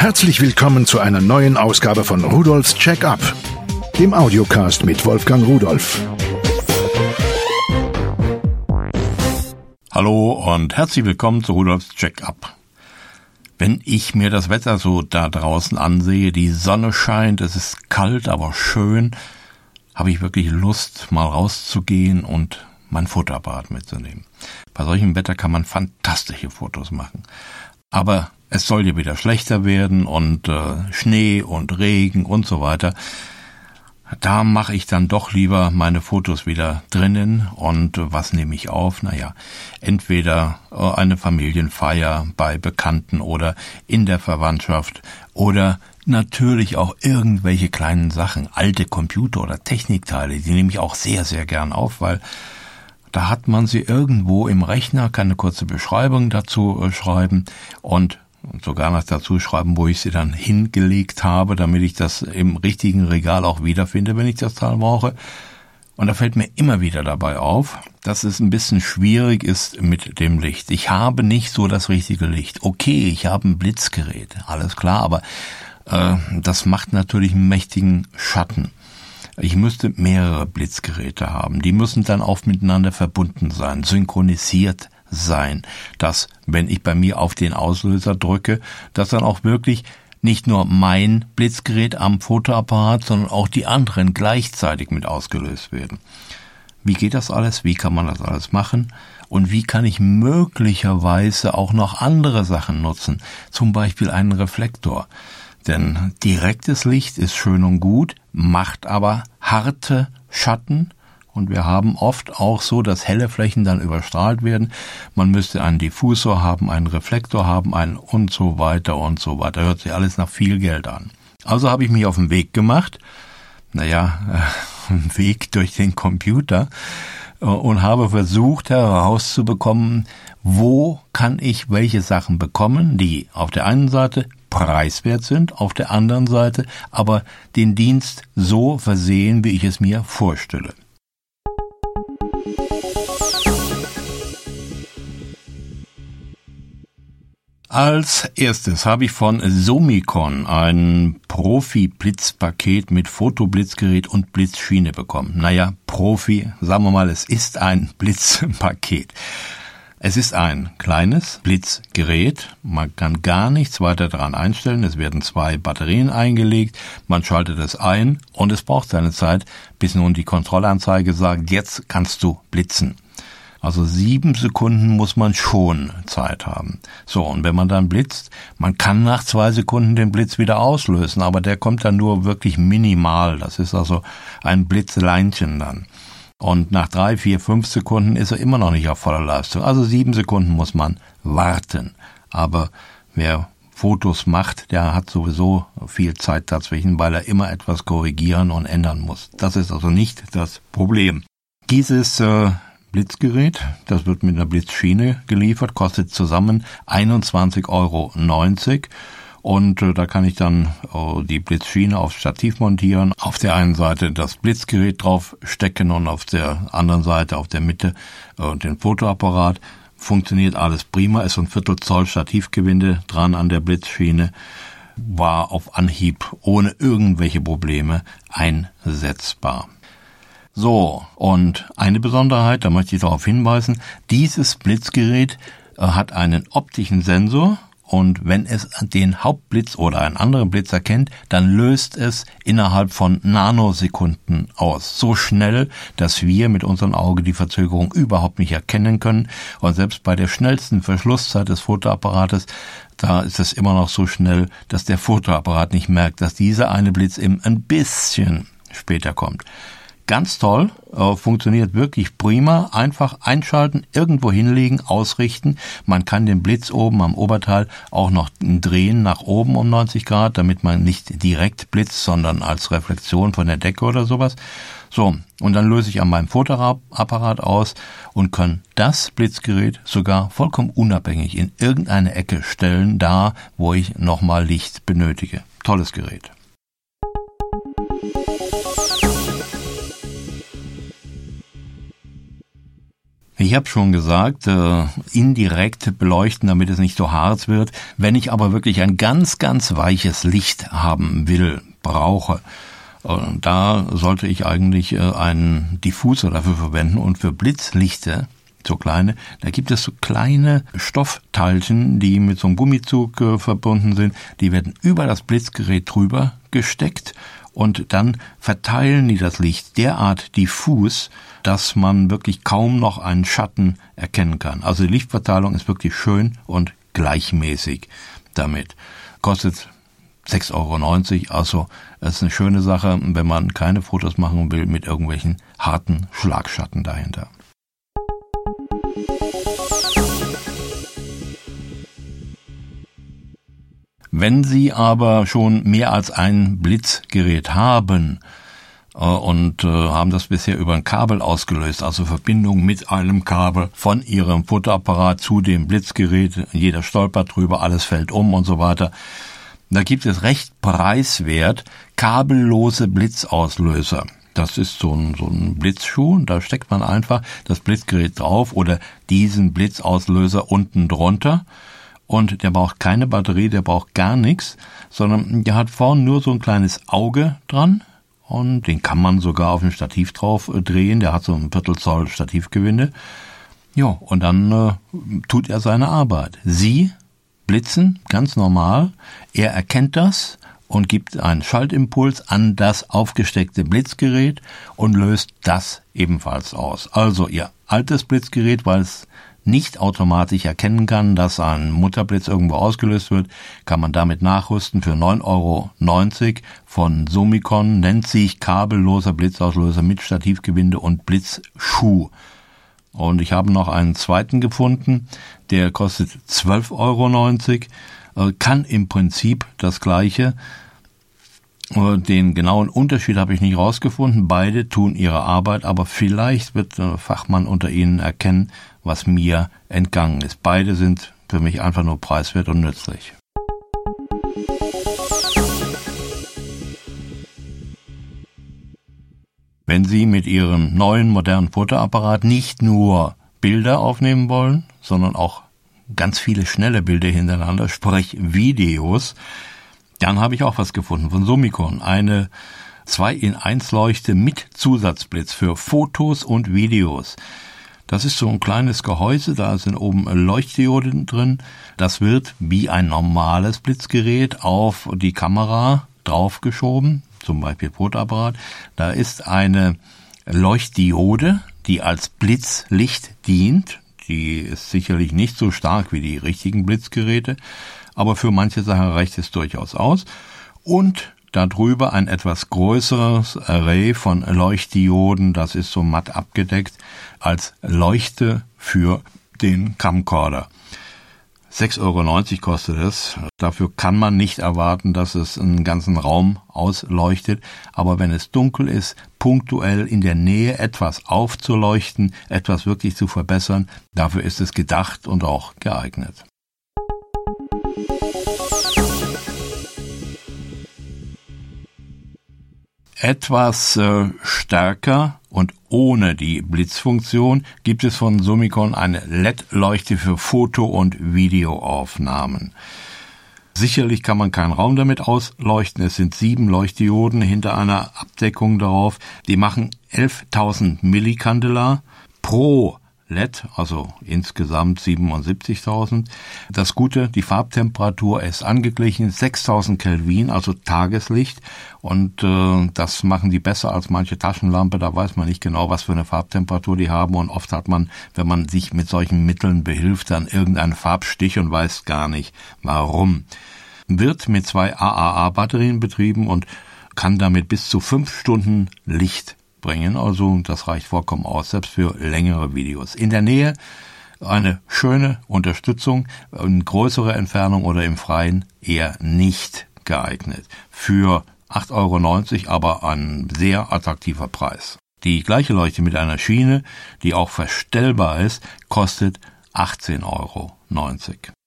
Herzlich willkommen zu einer neuen Ausgabe von Rudolfs Check-up, dem Audiocast mit Wolfgang Rudolf. Hallo und herzlich willkommen zu Rudolfs Check-up. Wenn ich mir das Wetter so da draußen ansehe, die Sonne scheint, es ist kalt, aber schön, habe ich wirklich Lust, mal rauszugehen und mein Fotoapparat mitzunehmen. Bei solchem Wetter kann man fantastische Fotos machen. Aber es soll ja wieder schlechter werden und Schnee und Regen und so weiter. Da mache ich dann doch lieber meine Fotos wieder drinnen und was nehme ich auf? Naja, entweder eine Familienfeier bei Bekannten oder in der Verwandtschaft oder natürlich auch irgendwelche kleinen Sachen, alte Computer- oder Technikteile, die nehme ich auch sehr, sehr gern auf, weil da hat man sie irgendwo im Rechner, kann eine kurze Beschreibung dazu schreiben und sogar noch dazu schreiben, wo ich sie dann hingelegt habe, damit ich das im richtigen Regal auch wiederfinde, wenn ich das Teil brauche. Und da fällt mir immer wieder dabei auf, dass es ein bisschen schwierig ist mit dem Licht. Ich habe nicht so das richtige Licht. Okay, ich habe ein Blitzgerät, alles klar, aber das macht natürlich einen mächtigen Schatten. Ich müsste mehrere Blitzgeräte haben. Die müssen dann auch miteinander verbunden sein, synchronisiert sein, dass, wenn ich bei mir auf den Auslöser drücke, dass dann auch wirklich nicht nur mein Blitzgerät am Fotoapparat, sondern auch die anderen gleichzeitig mit ausgelöst werden. Wie geht das alles? Wie kann man das alles machen? Und wie kann ich möglicherweise auch noch andere Sachen nutzen? Zum Beispiel einen Reflektor. Denn direktes Licht ist schön und gut, macht aber harte Schatten. Und wir haben oft auch so, dass helle Flächen dann überstrahlt werden. Man müsste einen Diffusor haben, einen Reflektor haben, einen und so weiter und so weiter. Hört sich alles nach viel Geld an. Also habe ich mich auf den Weg gemacht. Einen Weg durch den Computer. Und habe versucht herauszubekommen, wo kann ich welche Sachen bekommen, die auf der einen Seite preiswert sind, auf der anderen Seite aber den Dienst so versehen, wie ich es mir vorstelle. Als erstes habe ich von Somicon ein Profi-Blitzpaket mit Fotoblitzgerät und Blitzschiene bekommen. Naja, Profi, sagen wir mal, es ist ein Blitzpaket. Es ist ein kleines Blitzgerät, man kann gar nichts weiter daran einstellen, es werden 2 Batterien eingelegt, man schaltet es ein und es braucht seine Zeit, bis nun die Kontrollanzeige sagt, jetzt kannst du blitzen. Also 7 Sekunden muss man schon Zeit haben. So, und wenn man dann blitzt, man kann nach 2 Sekunden den Blitz wieder auslösen, aber der kommt dann nur wirklich minimal, das ist also ein Blitzleinchen dann. Und nach 3, 4, 5 Sekunden ist er immer noch nicht auf voller Leistung. Also 7 Sekunden muss man warten. Aber wer Fotos macht, der hat sowieso viel Zeit dazwischen, weil er immer etwas korrigieren und ändern muss. Das ist also nicht das Problem. Dieses Blitzgerät, das wird mit einer Blitzschiene geliefert, kostet zusammen 21,90 € und da kann ich dann die Blitzschiene aufs Stativ montieren, auf der einen Seite das Blitzgerät drauf stecken und auf der anderen Seite, auf der Mitte den Fotoapparat. Funktioniert alles prima, ist so ein 1/4 Zoll Stativgewinde dran an der Blitzschiene, war auf Anhieb ohne irgendwelche Probleme einsetzbar. So, und eine Besonderheit, da möchte ich darauf hinweisen, dieses Blitzgerät hat einen optischen Sensor und wenn es den Hauptblitz oder einen anderen Blitz erkennt, dann löst es innerhalb von Nanosekunden aus. So schnell, dass wir mit unserem Auge die Verzögerung überhaupt nicht erkennen können und selbst bei der schnellsten Verschlusszeit des Fotoapparates, da ist es immer noch so schnell, dass der Fotoapparat nicht merkt, dass dieser eine Blitz eben ein bisschen später kommt. Ganz toll, funktioniert wirklich prima, einfach einschalten, irgendwo hinlegen, ausrichten. Man kann den Blitz oben am Oberteil auch noch drehen nach oben um 90 Grad, damit man nicht direkt blitzt, sondern als Reflexion von der Decke oder sowas. So, und dann löse ich an meinem Fotoapparat aus und kann das Blitzgerät sogar vollkommen unabhängig in irgendeine Ecke stellen, da wo ich nochmal Licht benötige. Tolles Gerät. Ich habe schon gesagt, indirekt beleuchten, damit es nicht so hart wird. Wenn ich aber wirklich ein ganz, ganz weiches Licht haben will, brauche, da sollte ich eigentlich einen Diffusor dafür verwenden. Und für Blitzlichter, so kleine, da gibt es so kleine Stoffteilchen, die mit so einem Gummizug verbunden sind. Die werden über das Blitzgerät drüber gesteckt und dann verteilen die das Licht derart diffus, dass man wirklich kaum noch einen Schatten erkennen kann. Also die Lichtverteilung ist wirklich schön und gleichmäßig damit. Kostet 6,90 €, also das ist eine schöne Sache, wenn man keine Fotos machen will mit irgendwelchen harten Schlagschatten dahinter. Wenn Sie aber schon mehr als ein Blitzgerät haben und haben das bisher über ein Kabel ausgelöst, also Verbindung mit einem Kabel von Ihrem Fotoapparat zu dem Blitzgerät, jeder stolpert drüber, alles fällt um und so weiter, da gibt es recht preiswert kabellose Blitzauslöser. Das ist so ein Blitzschuh, da steckt man einfach das Blitzgerät drauf oder diesen Blitzauslöser unten drunter. Und der braucht keine Batterie, der braucht gar nichts, sondern der hat vorne nur so ein kleines Auge dran und den kann man sogar auf ein Stativ drauf drehen, der hat so ein Viertelzoll Stativgewinde. Ja, und dann tut er seine Arbeit. Sie blitzen, ganz normal, er erkennt das und gibt einen Schaltimpuls an das aufgesteckte Blitzgerät und löst das ebenfalls aus. Also Ihr altes Blitzgerät, weil es nicht automatisch erkennen kann, dass ein Mutterblitz irgendwo ausgelöst wird, kann man damit nachrüsten für 9,90 € von Somicon, nennt sich kabelloser Blitzauslöser mit Stativgewinde und Blitzschuh. Und ich habe noch einen zweiten gefunden, der kostet 12,90 €, kann im Prinzip das Gleiche. Den genauen Unterschied habe ich nicht rausgefunden. Beide tun ihre Arbeit, aber vielleicht wird ein Fachmann unter Ihnen erkennen, was mir entgangen ist. Beide sind für mich einfach nur preiswert und nützlich. Wenn Sie mit Ihrem neuen modernen Fotoapparat nicht nur Bilder aufnehmen wollen, sondern auch ganz viele schnelle Bilder hintereinander, sprich Videos, dann habe ich auch was gefunden von Somicon. Eine 2-in-1 Leuchte mit Zusatzblitz für Fotos und Videos. Das ist so ein kleines Gehäuse, da sind oben Leuchtdioden drin. Das wird wie ein normales Blitzgerät auf die Kamera draufgeschoben, zum Beispiel Fotoapparat. Da ist eine Leuchtdiode, die als Blitzlicht dient. Die ist sicherlich nicht so stark wie die richtigen Blitzgeräte, aber für manche Sachen reicht es durchaus aus. Und darüber ein etwas größeres Array von Leuchtdioden, das ist so matt abgedeckt, als Leuchte für den Camcorder. 6,90 € kostet es. Dafür kann man nicht erwarten, dass es einen ganzen Raum ausleuchtet. Aber wenn es dunkel ist, punktuell in der Nähe etwas aufzuleuchten, etwas wirklich zu verbessern, dafür ist es gedacht und auch geeignet. Etwas stärker und ohne die Blitzfunktion gibt es von Somicon eine LED-Leuchte für Foto- und Videoaufnahmen. Sicherlich kann man keinen Raum damit ausleuchten. Es sind 7 Leuchtdioden hinter einer Abdeckung darauf. Die machen 11.000 Millikandelar pro LED, also insgesamt 77.000. Das Gute, die Farbtemperatur ist angeglichen, 6.000 Kelvin, also Tageslicht. Und das machen die besser als manche Taschenlampe. Da weiß man nicht genau, was für eine Farbtemperatur die haben. Und oft hat man, wenn man sich mit solchen Mitteln behilft, dann irgendeinen Farbstich und weiß gar nicht, warum. Wird mit 2 AAA-Batterien betrieben und kann damit bis zu 5 Stunden Licht bringen, also das reicht vollkommen aus, selbst für längere Videos. In der Nähe eine schöne Unterstützung, in größerer Entfernung oder im Freien eher nicht geeignet. Für 8,90 €, aber ein sehr attraktiver Preis. Die gleiche Leuchte mit einer Schiene, die auch verstellbar ist, kostet 18,90 €.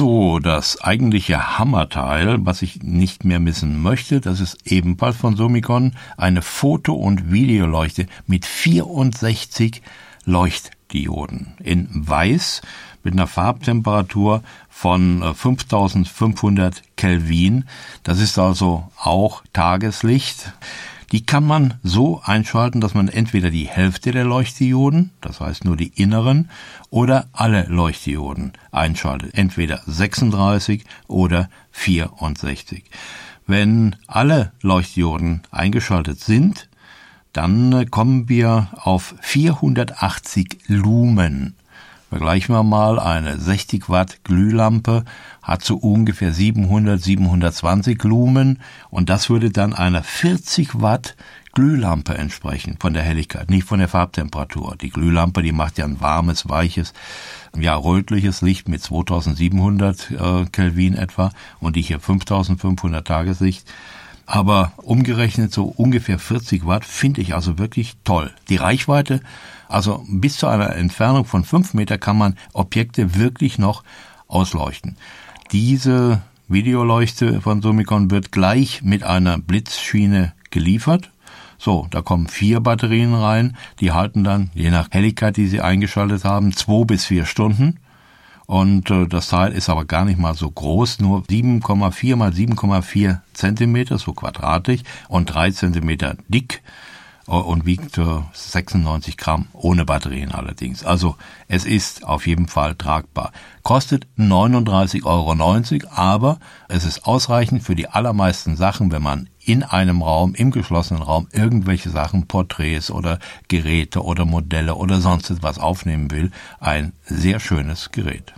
So, das eigentliche Hammerteil, was ich nicht mehr missen möchte, das ist ebenfalls von Somicon, eine Foto- und Videoleuchte mit 64 Leuchtdioden in Weiß mit einer Farbtemperatur von 5500 Kelvin. Das ist also auch Tageslicht. Die kann man so einschalten, dass man entweder die Hälfte der Leuchtdioden, das heißt nur die inneren, oder alle Leuchtdioden einschaltet, entweder 36 oder 64. Wenn alle Leuchtdioden eingeschaltet sind, dann kommen wir auf 480 Lumen. Vergleichen wir mal, eine 60 Watt Glühlampe hat so ungefähr 720 Lumen und das würde dann einer 40 Watt Glühlampe entsprechen von der Helligkeit, nicht von der Farbtemperatur. Die Glühlampe, die macht ja ein warmes, weiches, rötliches Licht mit 2700 Kelvin etwa und die hier 5500 Tageslicht. Aber umgerechnet so ungefähr 40 Watt finde ich also wirklich toll. Die Reichweite, also bis zu einer Entfernung von 5 Meter kann man Objekte wirklich noch ausleuchten. Diese Videoleuchte von Somicon wird gleich mit einer Blitzschiene geliefert. So, da kommen 4 Batterien rein, die halten dann, je nach Helligkeit, die sie eingeschaltet haben, 2 bis 4 Stunden. Und das Teil ist aber gar nicht mal so groß, nur 7,4 mal 7,4 Zentimeter, so quadratisch und 3 Zentimeter dick und wiegt 96 Gramm, ohne Batterien allerdings. Also es ist auf jeden Fall tragbar. Kostet 39,90 €, aber es ist ausreichend für die allermeisten Sachen, wenn man in einem Raum, im geschlossenen Raum, irgendwelche Sachen, Porträts oder Geräte oder Modelle oder sonst etwas aufnehmen will. Ein sehr schönes Gerät.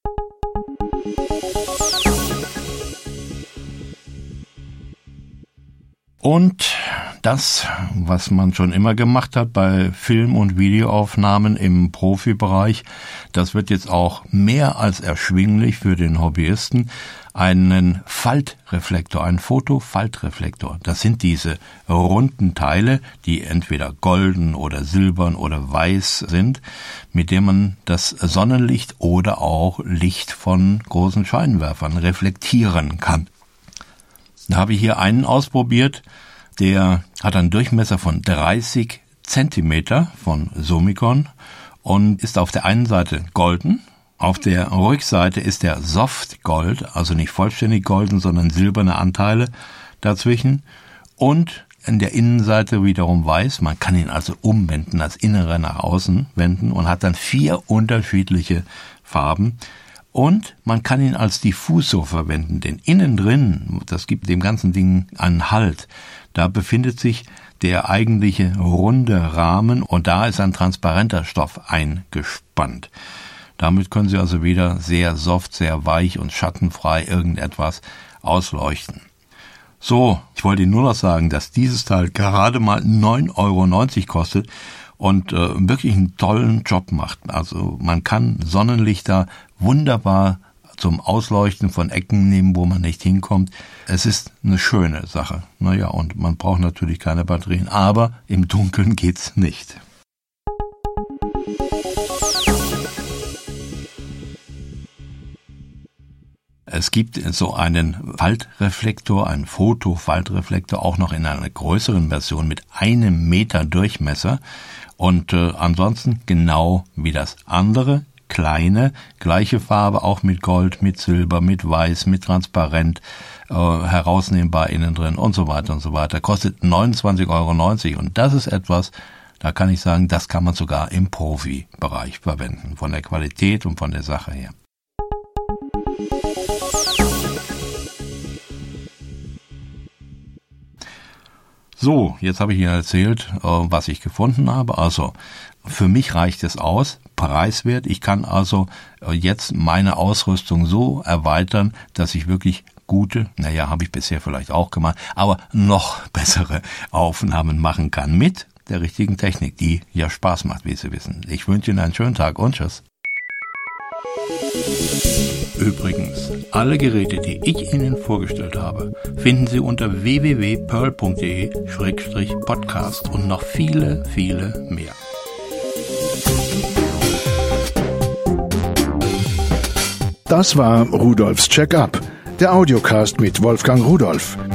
Und das, was man schon immer gemacht hat bei Film- und Videoaufnahmen im Profibereich, das wird jetzt auch mehr als erschwinglich für den Hobbyisten. Einen Faltreflektor, einen Fotofaltreflektor. Das sind diese runden Teile, die entweder golden oder silbern oder weiß sind, mit dem man das Sonnenlicht oder auch Licht von großen Scheinwerfern reflektieren kann. Da habe ich hier einen ausprobiert, der hat einen Durchmesser von 30 Zentimeter von Somicon und ist auf der einen Seite golden. Auf der Rückseite ist der Soft Gold, also nicht vollständig golden, sondern silberne Anteile dazwischen. Und in der Innenseite wiederum weiß. Man kann ihn also umwenden, das Innere nach außen wenden und hat dann 4 unterschiedliche Farben. Und man kann ihn als Diffusor verwenden, denn innen drin, das gibt dem ganzen Ding einen Halt, da befindet sich der eigentliche runde Rahmen und da ist ein transparenter Stoff eingespannt. Damit können Sie also wieder sehr soft, sehr weich und schattenfrei irgendetwas ausleuchten. So, ich wollte Ihnen nur noch sagen, dass dieses Teil gerade mal 9,90 € kostet und wirklich einen tollen Job macht. Also man kann Sonnenlichter wunderbar zum Ausleuchten von Ecken nehmen, wo man nicht hinkommt. Es ist eine schöne Sache. Naja, und man braucht natürlich keine Batterien, aber im Dunkeln geht's nicht. Es gibt so einen Faltreflektor, einen Fotofaltreflektor, auch noch in einer größeren Version mit 1 Meter Durchmesser und ansonsten genau wie das andere, kleine, gleiche Farbe, auch mit Gold, mit Silber, mit Weiß, mit Transparent, herausnehmbar innen drin und so weiter und so weiter. Kostet 29,90 € und das ist etwas, da kann ich sagen, das kann man sogar im Profibereich verwenden, von der Qualität und von der Sache her. So, jetzt habe ich Ihnen erzählt, was ich gefunden habe. Also, für mich reicht es aus, preiswert. Ich kann also jetzt meine Ausrüstung so erweitern, dass ich wirklich gute, habe ich bisher vielleicht auch gemacht, aber noch bessere Aufnahmen machen kann mit der richtigen Technik, die ja Spaß macht, wie Sie wissen. Ich wünsche Ihnen einen schönen Tag und tschüss. Übrigens, alle Geräte, die ich Ihnen vorgestellt habe, finden Sie unter www.pearl.de/podcast und noch viele, viele mehr. Das war Rudolfs Check-up, der Audiocast mit Wolfgang Rudolf.